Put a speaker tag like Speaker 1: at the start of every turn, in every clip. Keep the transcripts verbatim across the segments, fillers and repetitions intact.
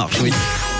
Speaker 1: marche, oui.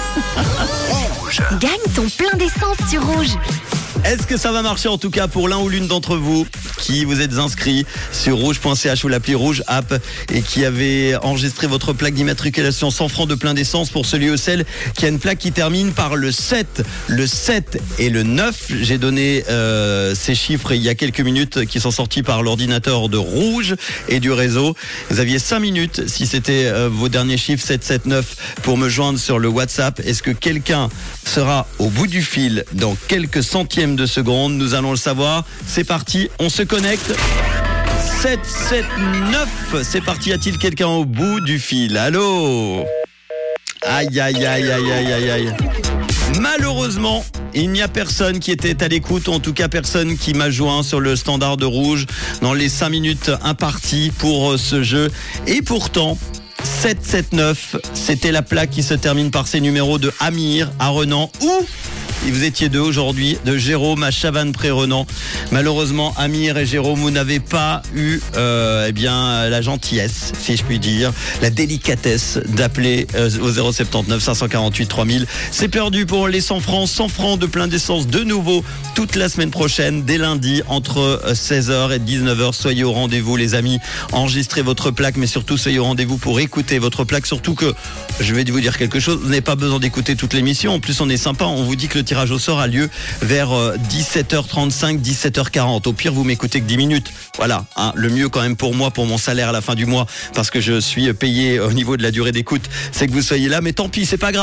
Speaker 2: Gagne ton plein d'essence sur Rouge.
Speaker 1: Est-ce que ça va marcher en tout cas pour l'un ou l'une d'entre vous qui vous êtes inscrits sur rouge point c h ou l'appli Rouge App et qui avez enregistré votre plaque d'immatriculation cent francs de plein d'essence pour celui ou celle qui a une plaque qui termine par le sept, le sept et le neuf. J'ai donné euh, ces chiffres il y a quelques minutes qui sont sortis par l'ordinateur de Rouge et du réseau. Vous aviez cinq minutes si c'était euh, vos derniers chiffres sept sept neuf pour me joindre sur le WhatsApp. Est-ce que quelqu'un sera au bout du fil dans quelques centièmes de seconde? Nous allons le savoir. C'est parti, on se connecte. sept sept neuf, c'est parti. Y a-t-il quelqu'un au bout du fil? Allô? Aïe, aïe, aïe, aïe, aïe, aïe, aïe. Malheureusement, il n'y a personne qui était à l'écoute, ou en tout cas personne qui m'a joint sur le standard de Rouge dans les cinq minutes imparties pour ce jeu. Et pourtant, sept sept neuf, c'était la plaque qui se termine par ces numéros de Amir à Renan ou... Et vous étiez deux aujourd'hui, de Jérôme à Chavannes-près-Renan. Malheureusement, Amir et Jérôme, vous n'avez pas eu euh, eh bien, la gentillesse, si je puis dire, la délicatesse d'appeler euh, au zéro sept neuf cinq quatre huit trois mille. C'est perdu pour les cent francs, cent francs de plein d'essence de nouveau toute la semaine prochaine, dès lundi, entre seize heures et dix-neuf heures. Soyez au rendez-vous, les amis. Enregistrez votre plaque, mais surtout, soyez au rendez-vous pour écouter votre plaque. Surtout que, je vais vous dire quelque chose, vous n'avez pas besoin d'écouter toute l'émission. En plus, on est sympa, on vous dit que le tirage au sort a lieu vers dix-sept heures trente-cinq, dix-sept heures quarante. Au pire, vous m'écoutez que dix minutes. Voilà, hein, le mieux quand même pour moi, pour mon salaire à la fin du mois, parce que je suis payé au niveau de la durée d'écoute, c'est que vous soyez là. Mais tant pis, c'est pas grave.